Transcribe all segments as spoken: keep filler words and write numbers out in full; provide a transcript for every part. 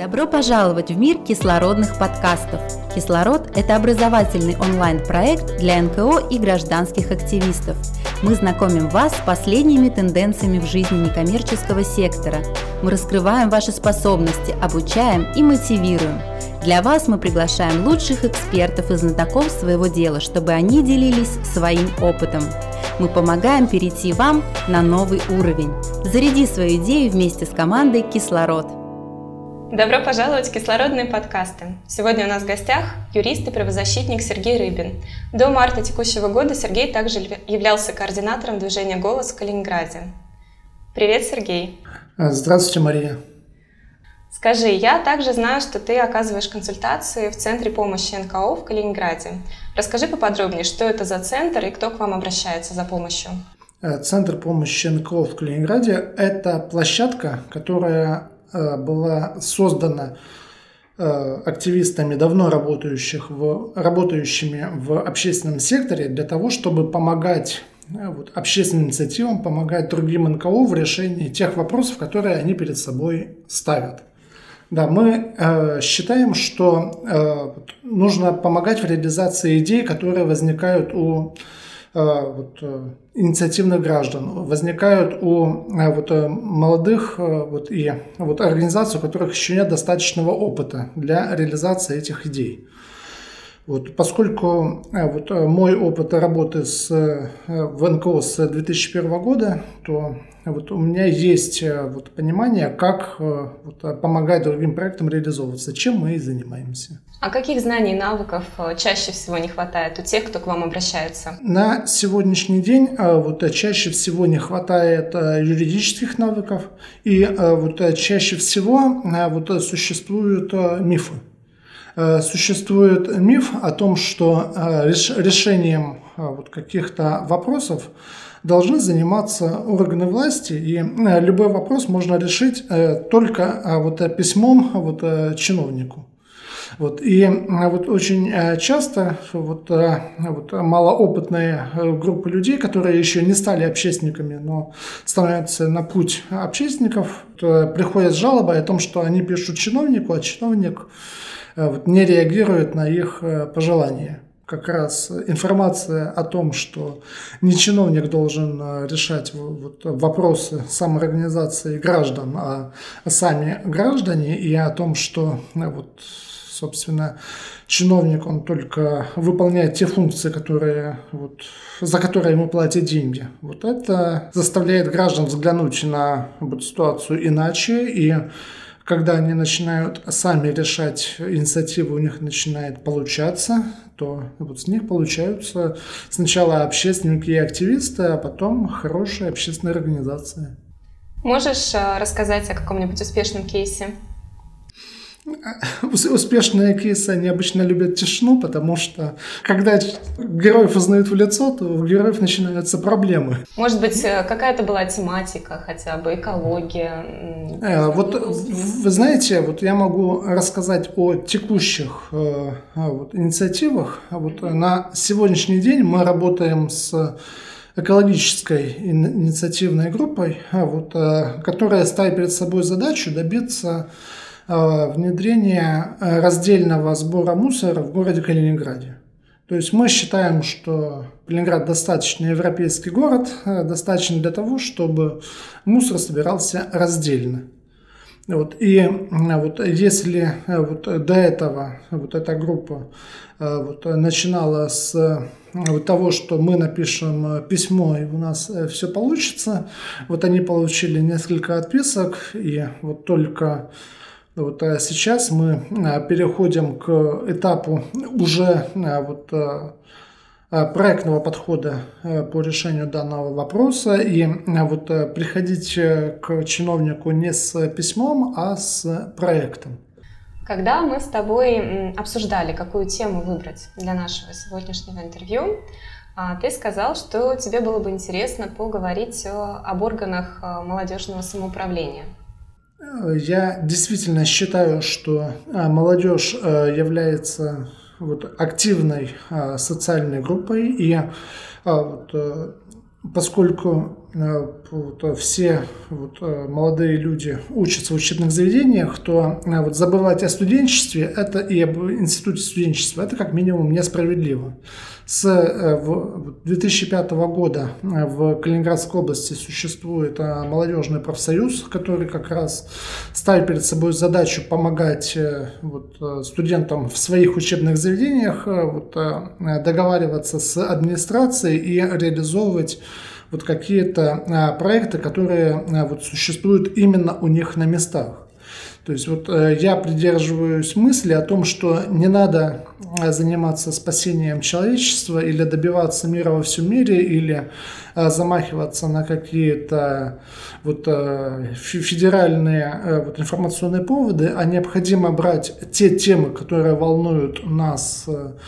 Добро пожаловать в мир кислородных подкастов. «Кислород» – это образовательный онлайн-проект для эн ка о и гражданских активистов. Мы знакомим вас с последними тенденциями в жизни некоммерческого сектора. Мы раскрываем ваши способности, обучаем и мотивируем. Для вас мы приглашаем лучших экспертов и знатоков своего дела, чтобы они делились своим опытом. Мы помогаем перейти вам на новый уровень. Заряди свою идею вместе с командой «Кислород». Добро пожаловать в кислородные подкасты. Сегодня у нас в гостях юрист и правозащитник Сергей Рыбин. До марта текущего года Сергей также являлся координатором движения «Голос» в Калининграде. Привет, Сергей. Здравствуйте, Мария. Скажи, я также знаю, что ты оказываешь консультации в Центре помощи эн ка о в Калининграде. Расскажи поподробнее, что это за центр и кто к вам обращается за помощью. Центр помощи эн ка о в Калининграде – это площадка, которая была создана активистами, давно работающих в, работающими в общественном секторе для того, чтобы помогать вот, общественным инициативам, помогать другим эн ка о в решении тех вопросов, которые они перед собой ставят. Да, мы э, считаем, что э, нужно помогать в реализации идей, которые возникают у Вот, инициативных граждан, возникают у вот, молодых вот, и вот, организаций, у которых еще нет достаточного опыта для реализации этих идей. Вот, поскольку вот, мой опыт работы с, в эн ка о с две тысячи первого года, то вот, у меня есть вот, понимание, как вот, помогать другим проектам реализовываться, чем мы и занимаемся. А каких знаний и навыков чаще всего не хватает у тех, кто к вам обращается? На сегодняшний день вот, чаще всего не хватает юридических навыков, и вот, чаще всего вот, существуют мифы. Существует миф о том, что решением вот, каких-то вопросов должны заниматься органы власти, и любой вопрос можно решить только вот, письмом вот, чиновнику. Вот, и вот очень часто вот, вот, малоопытные группы людей, которые еще не стали общественниками, но становятся на путь общественников, приходят с жалобой о том, что они пишут чиновнику, а чиновник вот, не реагирует на их пожелания. Как раз информация о том, что не чиновник должен решать вот, вопросы самоорганизации граждан, а сами граждане, и о том, что вот, собственно, чиновник, он только выполняет те функции, которые, вот, за которые ему платят деньги. Вот это заставляет граждан взглянуть на вот, ситуацию иначе, и когда они начинают сами решать инициативы, у них начинает получаться, то вот с них получаются сначала общественники и активисты, а потом хорошие общественные организации. Можешь рассказать о каком-нибудь успешном кейсе? Успешные кейсы, они обычно любят тишину, потому что когда героев узнают в лицо, то у героев начинаются проблемы. Может быть, какая-то была тематика, хотя бы экология? Вот вы знаете, вот я могу рассказать о текущих вот, инициативах. Вот на сегодняшний день мы работаем с экологической инициативной группой, вот, которая ставит перед собой задачу добиться внедрения раздельного сбора мусора в городе Калининграде. То есть мы считаем, что Калининград достаточно европейский город, достаточно для того, чтобы мусор собирался раздельно. Вот, и вот, если вот, до этого вот эта группа вот, начинала с вот, того, что мы напишем письмо и у нас все получится, вот они получили несколько отписок, и вот только Вот сейчас мы переходим к этапу уже вот проектного подхода по решению данного вопроса, и вот приходить к чиновнику не с письмом, а с проектом. Когда мы с тобой обсуждали, какую тему выбрать для нашего сегодняшнего интервью, ты сказал, что тебе было бы интересно поговорить об органах молодежного самоуправления. Я действительно считаю, что молодежь является вот активной социальной группой, и вот, поскольку вот, все вот, молодые люди учатся в учебных заведениях, то вот, забывать о студенчестве это и об институте студенчества это как минимум несправедливо. С две тысячи пятого года в Калининградской области существует молодежный профсоюз, который как раз ставит перед собой задачу помогать вот, студентам в своих учебных заведениях вот, договариваться с администрацией и реализовывать вот какие-то проекты, которые вот, существуют именно у них на местах. То есть вот я придерживаюсь мысли о том, что не надо заниматься спасением человечества или добиваться мира во всем мире, или замахиваться на какие-то вот федеральные вот информационные поводы, а необходимо брать те темы, которые волнуют нас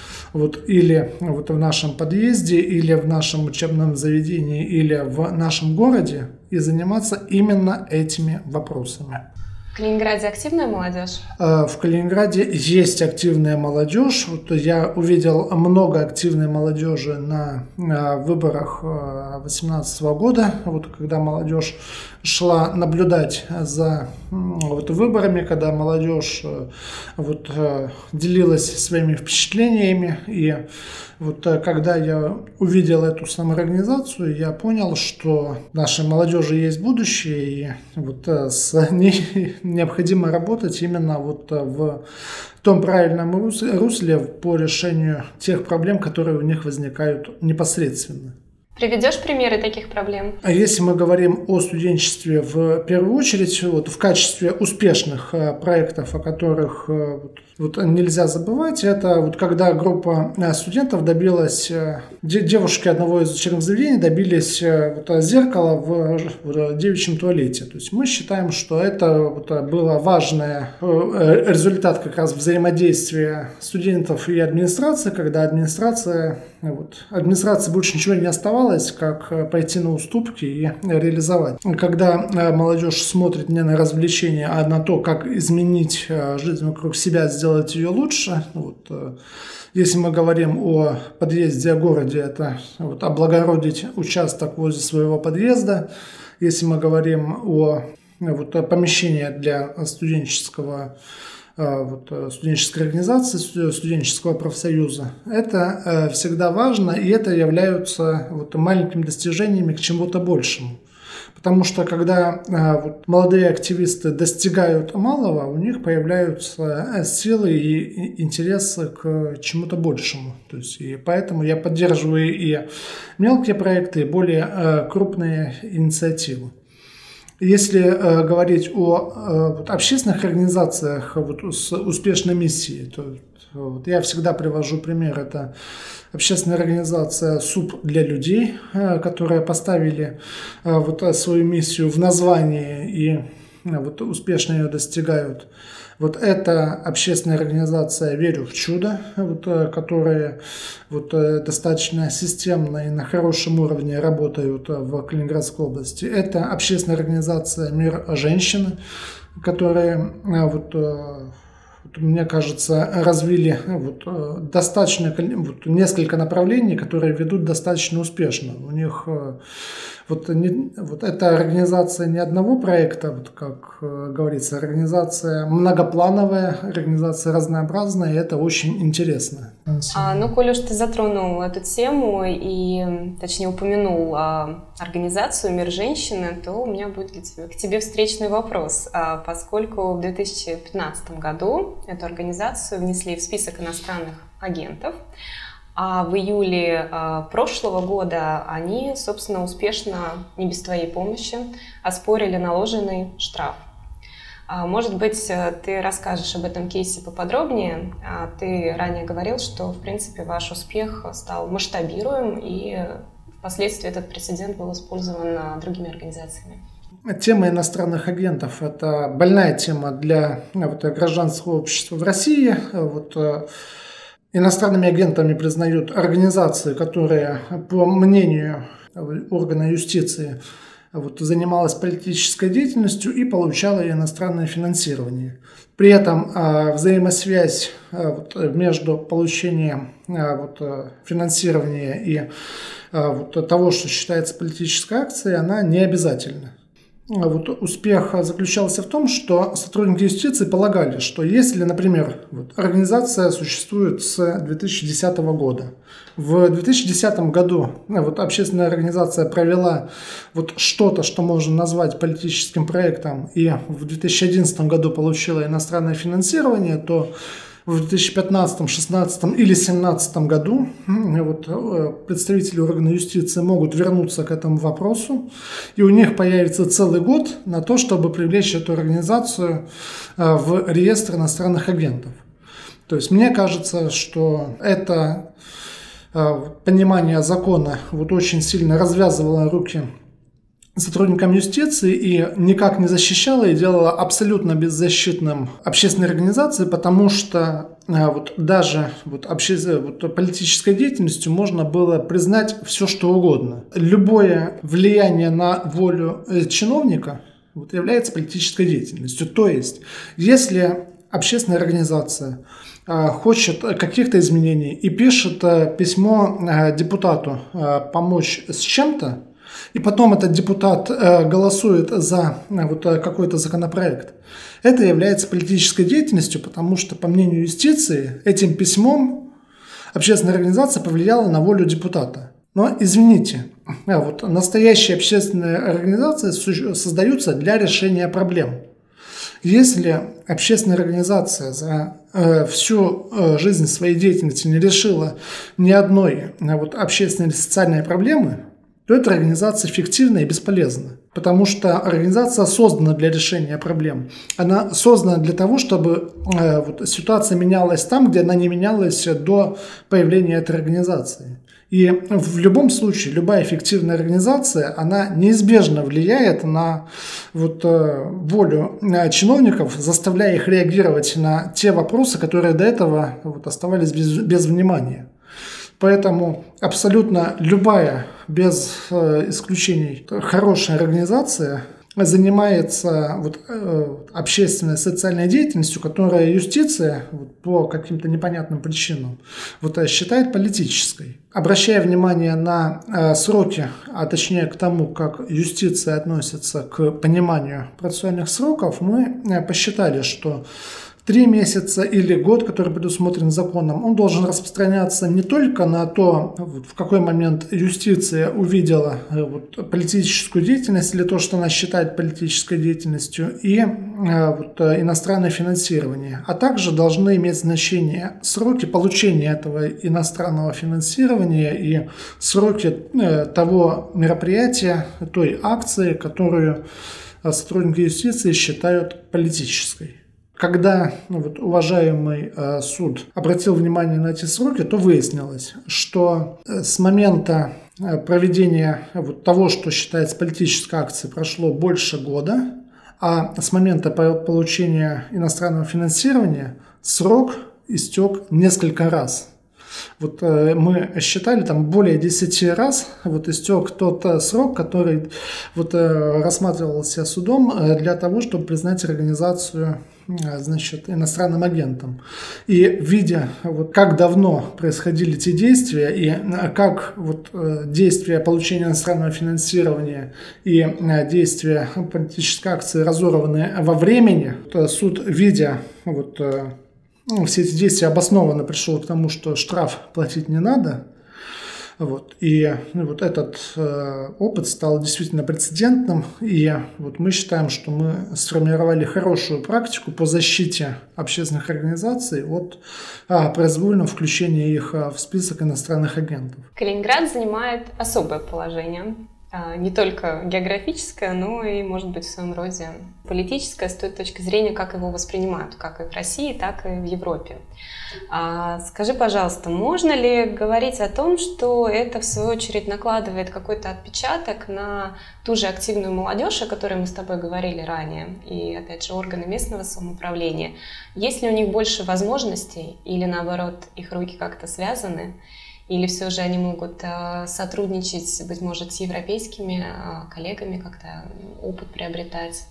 вот или вот в нашем подъезде, или в нашем учебном заведении, или в нашем городе, и заниматься именно этими вопросами. В Калининграде активная молодежь? В Калининграде есть активная молодежь. Вот я увидел много активной молодежи на выборах две тысячи восемнадцатого года, вот, когда молодежь шла наблюдать за вот, выборами, когда молодежь вот, делилась своими впечатлениями. И вот когда я увидел эту самоорганизацию, я понял, что нашей молодежи есть будущее, и вот с ней необходимо работать именно вот в том правильном русле по решению тех проблем, которые у них возникают непосредственно. Приведешь примеры таких проблем? А если мы говорим о студенчестве в первую очередь, вот в качестве успешных проектов, о которых вот, вот нельзя забывать, это вот когда группа студентов добилась, девушки одного из учебных заведений добились вот, зеркала в, в девичьем туалете. То есть мы считаем, что это вот, был важный результат как раз взаимодействия студентов и администрации, когда администрация, вот, администрации больше ничего не оставалось, как пойти на уступки и реализовать. Когда молодежь смотрит не на развлечения, а на то, как изменить жизнь вокруг себя, сделать ее лучше. Вот, если мы говорим о подъезде, о городе, это вот, облагородить участок возле своего подъезда. Если мы говорим о вот, помещении для студенческого Вот, студенческой организации, студенческого профсоюза. Это всегда важно, и это являются вот, маленькими достижениями к чему-то большему. Потому что когда вот, молодые активисты достигают малого, у них появляются силы и интересы к чему-то большему. То есть, и поэтому я поддерживаю и мелкие проекты, и более крупные инициативы. Если э, говорить о э, вот, общественных организациях вот, с успешной миссией, то вот, я всегда привожу пример. Это общественная организация «Суп для людей», э, которые поставили э, вот, свою миссию в названии и э, вот, успешно ее достигают. Вот эта общественная организация «Верю в чудо», вот, которые вот, достаточно системно и на хорошем уровне работают в Калининградской области. Это общественная организация «Мир женщины», которые, вот, вот, мне кажется, развили вот, достаточно, вот, несколько направлений, которые ведут достаточно успешно. У них вот, не, вот эта организация не одного проекта, вот, как говорится, организация многоплановая, организация разнообразная, и это очень интересно. А, ну, коль уж ты затронул эту тему и, точнее, упомянул а, организацию «Мир женщины», то у меня будет к тебе встречный вопрос, а, поскольку в две тысячи пятнадцатом году эту организацию внесли в список иностранных агентов, а в июле а, прошлого года они, собственно, успешно, не без твоей помощи, оспорили наложенный штраф. А, может быть, ты расскажешь об этом кейсе поподробнее. А, ты ранее говорил, что, в принципе, ваш успех стал масштабируем, и впоследствии этот прецедент был использован другими организациями. Тема иностранных агентов – это больная тема для вот, гражданского общества в России. Вот, иностранными агентами признают организации, которые, по мнению органа юстиции, вот, занималась политической деятельностью и получала иностранное финансирование. При этом э, взаимосвязь э, вот, между получением э, вот, финансирования и э, вот, того, что считается политической акцией, она не обязательна. Вот, успех заключался в том, что сотрудники юстиции полагали, что если, например, вот, организация существует с две тысячи десятого года, в две тысячи десятом году вот, общественная организация провела вот, что-то, что можно назвать политическим проектом, и в две тысячи одиннадцатом году получила иностранное финансирование, то в две тысячи пятнадцатом, шестнадцатом или две тысячи семнадцатом году вот, представители органа юстиции могут вернуться к этому вопросу, и у них появится целый год на то, чтобы привлечь эту организацию в реестр иностранных агентов. То есть мне кажется, что это понимание закона вот, очень сильно развязывало руки сотрудникам юстиции и никак не защищала и делала абсолютно беззащитным общественной организации, потому что вот, даже вот, обще... вот, политической деятельностью можно было признать все, что угодно. Любое влияние на волю чиновника вот, является политической деятельностью. То есть, если общественная организация хочет каких-то изменений и пишет письмо депутату помочь с чем-то, и потом этот депутат э, голосует за э, вот, э, какой-то законопроект, это является политической деятельностью, потому что, по мнению юстиции, этим письмом общественная организация повлияла на волю депутата. Но, извините, э, вот, настоящие общественные организации создаются для решения проблем. Если общественная организация за э, всю э, жизнь своей деятельности не решила ни одной э, вот, общественной или социальной проблемы, то эта организация фиктивна и бесполезна. Потому что организация создана для решения проблем. Она создана для того, чтобы э, вот, ситуация менялась там, где она не менялась до появления этой организации. И в любом случае, любая эффективная организация, она неизбежно влияет на вот, э, волю э, чиновников, заставляя их реагировать на те вопросы, которые до этого вот, оставались без, без внимания. Поэтому абсолютно любая, без э, исключений, хорошая организация занимается вот, э, общественной социальной деятельностью, которая юстиция вот, по каким-то непонятным причинам вот, считает политической. Обращая внимание на э, сроки, а точнее к тому, как юстиция относится к пониманию процессуальных сроков, мы э, посчитали, что Три месяца или год, который предусмотрен законом, он должен распространяться не только на то, в какой момент юстиция увидела вот, политическую деятельность или то, что она считает политической деятельностью, и вот, иностранное финансирование, а также должны иметь значение сроки получения этого иностранного финансирования и сроки того мероприятия, той акции, которую сотрудники юстиции считают политической. Когда ну, вот, уважаемый э, суд обратил внимание на эти сроки, то выяснилось, что э, с момента э, проведения э, вот, того, что считается политической акцией, прошло больше года, а с момента получения иностранного финансирования срок истек несколько раз. Вот э, мы считали, там более десяти раз вот, истек тот э, срок, который вот, э, рассматривался судом э, для того, чтобы признать организацию э, значит, иностранным агентом. И видя, вот, как давно происходили эти действия и э, как вот, э, действия получения иностранного финансирования и э, действия политической акции разорваны во времени, то суд, видя вот, э, Ну, все эти действия обоснованно пришел к тому, что штраф платить не надо. Вот. И ну, вот этот э, опыт стал действительно прецедентным. И вот мы считаем, что мы сформировали хорошую практику по защите общественных организаций от а, произвольного включения их а, в список иностранных агентов. Калининград занимает особое положение. Не только географическое, но и, может быть, в своем роде политическое, с той точки зрения, как его воспринимают, как и в России, так и в Европе. Скажи, пожалуйста, можно ли говорить о том, что это, в свою очередь, накладывает какой-то отпечаток на ту же активную молодежь, о которой мы с тобой говорили ранее, и, опять же, органы местного самоуправления? Есть ли у них больше возможностей или, наоборот, их руки как-то связаны? Или все же они могут сотрудничать, быть может, с европейскими коллегами, как-то опыт приобретать?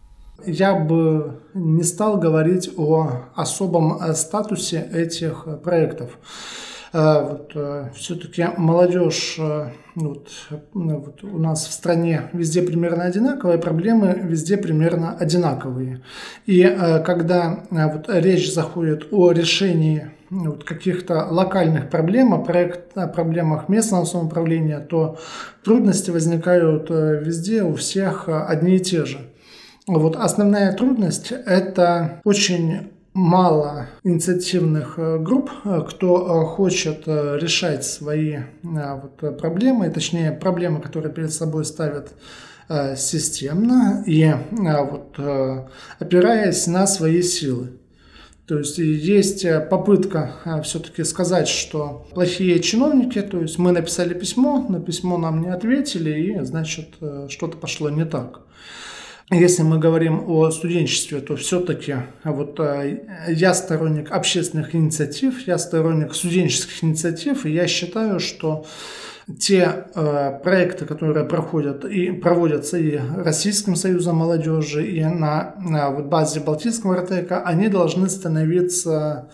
Я бы не стал говорить о особом статусе этих проектов. Вот, все-таки молодежь вот, вот у нас в стране везде примерно одинаковые, проблемы везде примерно одинаковые. И когда вот речь заходит о решении вот каких-то локальных проблем, о, проект, о проблемах местного самоуправления, то трудности возникают везде, у всех одни и те же. Вот основная трудность – это очень мало инициативных групп, кто хочет решать свои вот проблемы, точнее проблемы, которые перед собой ставят системно и вот, опираясь на свои силы. То есть есть попытка все-таки сказать, что плохие чиновники, то есть мы написали письмо, на письмо нам не ответили, и значит что-то пошло не так. Если мы говорим о студенчестве, то все-таки вот я сторонник общественных инициатив, я сторонник студенческих инициатив, и я считаю, что те э, проекты, которые проходят и проводятся и Российским союзом молодежи, и на, на вот базе Балтийского РТЭКа, они должны становиться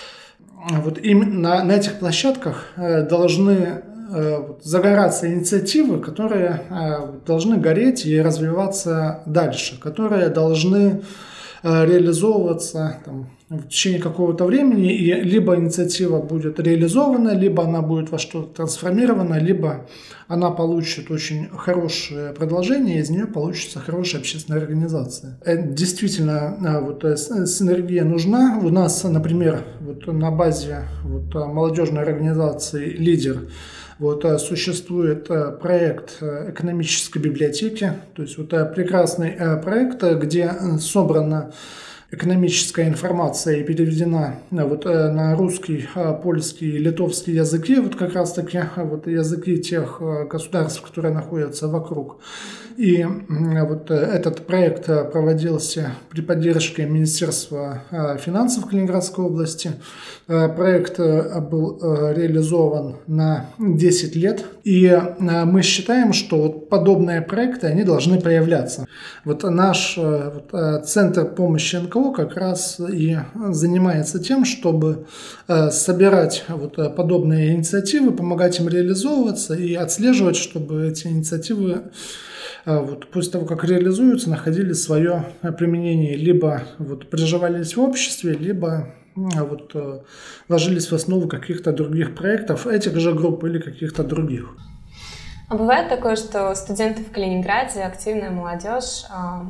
вот именно на этих площадках э, должны загораться инициативы, которые должны гореть и развиваться дальше, которые должны реализовываться там, в течение какого-то времени, и либо инициатива будет реализована, либо она будет во что-то трансформирована, либо она получит очень хорошее предложение, и из нее получится хорошая общественная организация. Действительно, вот, синергия нужна. У нас, например, вот, на базе вот, молодежной организации «Лидер» Вот, существует проект экономической библиотеки, то есть вот, прекрасный проект, где собрана экономическая информация и переведена вот, на русский, польский, литовский языки, вот как раз таки вот, языки тех государств, которые находятся вокруг. И вот этот проект проводился при поддержке Министерства финансов Калининградской области. Проект был реализован на десять лет, и мы считаем, что вот подобные проекты, они должны появляться. Вот наш вот, Центр помощи эн ка о как раз и занимается тем, чтобы собирать вот подобные инициативы, помогать им реализовываться и отслеживать, чтобы эти инициативы вот, после того, как реализуются, находили свое применение, либо вот, приживались в обществе, либо вот, ложились в основу каких-то других проектов, этих же групп или каких-то других. А бывает такое, что студенты в Калининграде, активная молодежь,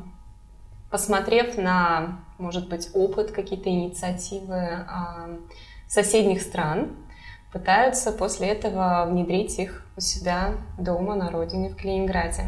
посмотрев на, может быть, опыт, какие-то инициативы соседних стран, пытаются после этого внедрить их у себя дома, на родине, в Калининграде?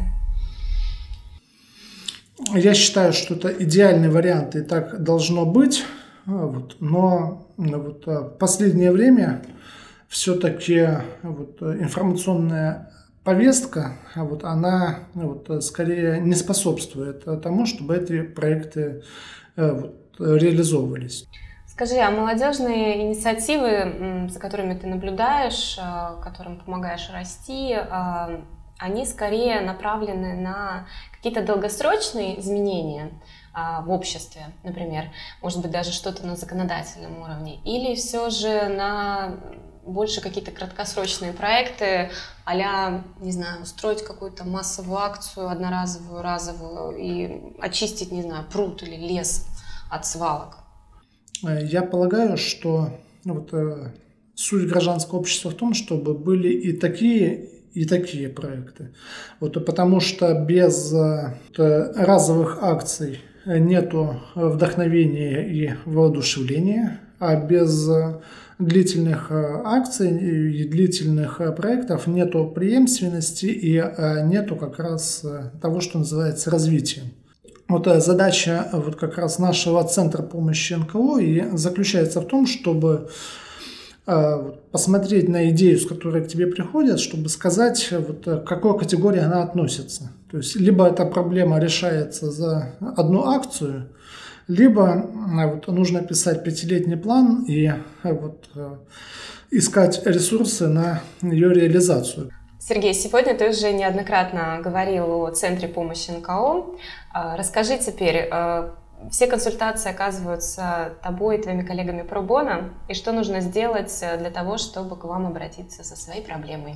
Я считаю, что это идеальный вариант, и так должно быть, вот, но вот, в последнее время все-таки вот, информационная повестка, вот, она вот, скорее не способствует тому, чтобы эти проекты вот, реализовывались. Скажи, а молодежные инициативы, за которыми ты наблюдаешь, которым помогаешь расти, они скорее направлены на какие-то долгосрочные изменения а, в обществе, например, может быть, даже что-то на законодательном уровне, или все же на больше какие-то краткосрочные проекты, а-ля, не знаю, устроить какую-то массовую акцию, одноразовую, разовую, и очистить, не знаю, пруд или лес от свалок? Я полагаю, что вот, суть гражданского общества в том, чтобы были и такие, и такие проекты. Вот, потому что без разовых акций нету вдохновения и воодушевления, а без длительных акций и длительных проектов нету преемственности и нету как раз того, что называется развитием. Вот задача вот как раз нашего Центра помощи эн ка о и заключается в том, чтобы посмотреть на идею, с которой к тебе приходят, чтобы сказать, вот, к какой категории она относится. То есть, либо эта проблема решается за одну акцию, либо вот, нужно писать пятилетний план и вот, искать ресурсы на ее реализацию. Сергей, сегодня ты уже неоднократно говорил о Центре помощи эн ка о. Расскажи теперь, все консультации оказываются тобой и твоими коллегами про боно, и что нужно сделать для того, чтобы к вам обратиться со своей проблемой?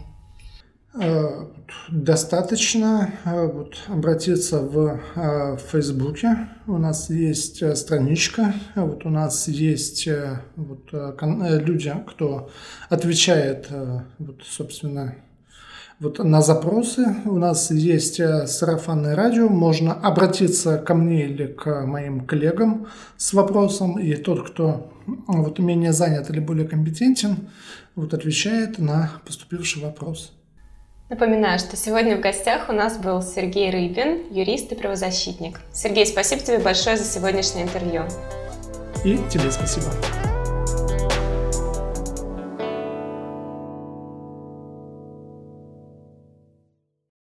Достаточно вот, обратиться в, в Фейсбуке. У нас есть страничка, вот у нас есть вот, люди, кто отвечает, вот, собственно, вот, на запросы. У нас есть сарафанное радио. Можно обратиться ко мне или к моим коллегам с вопросом. И тот, кто вот, менее занят или более компетентен, вот, отвечает на поступивший вопрос. Напоминаю, что сегодня в гостях у нас был Сергей Рыбин, юрист и правозащитник. Сергей, спасибо тебе большое за сегодняшнее интервью. И тебе спасибо.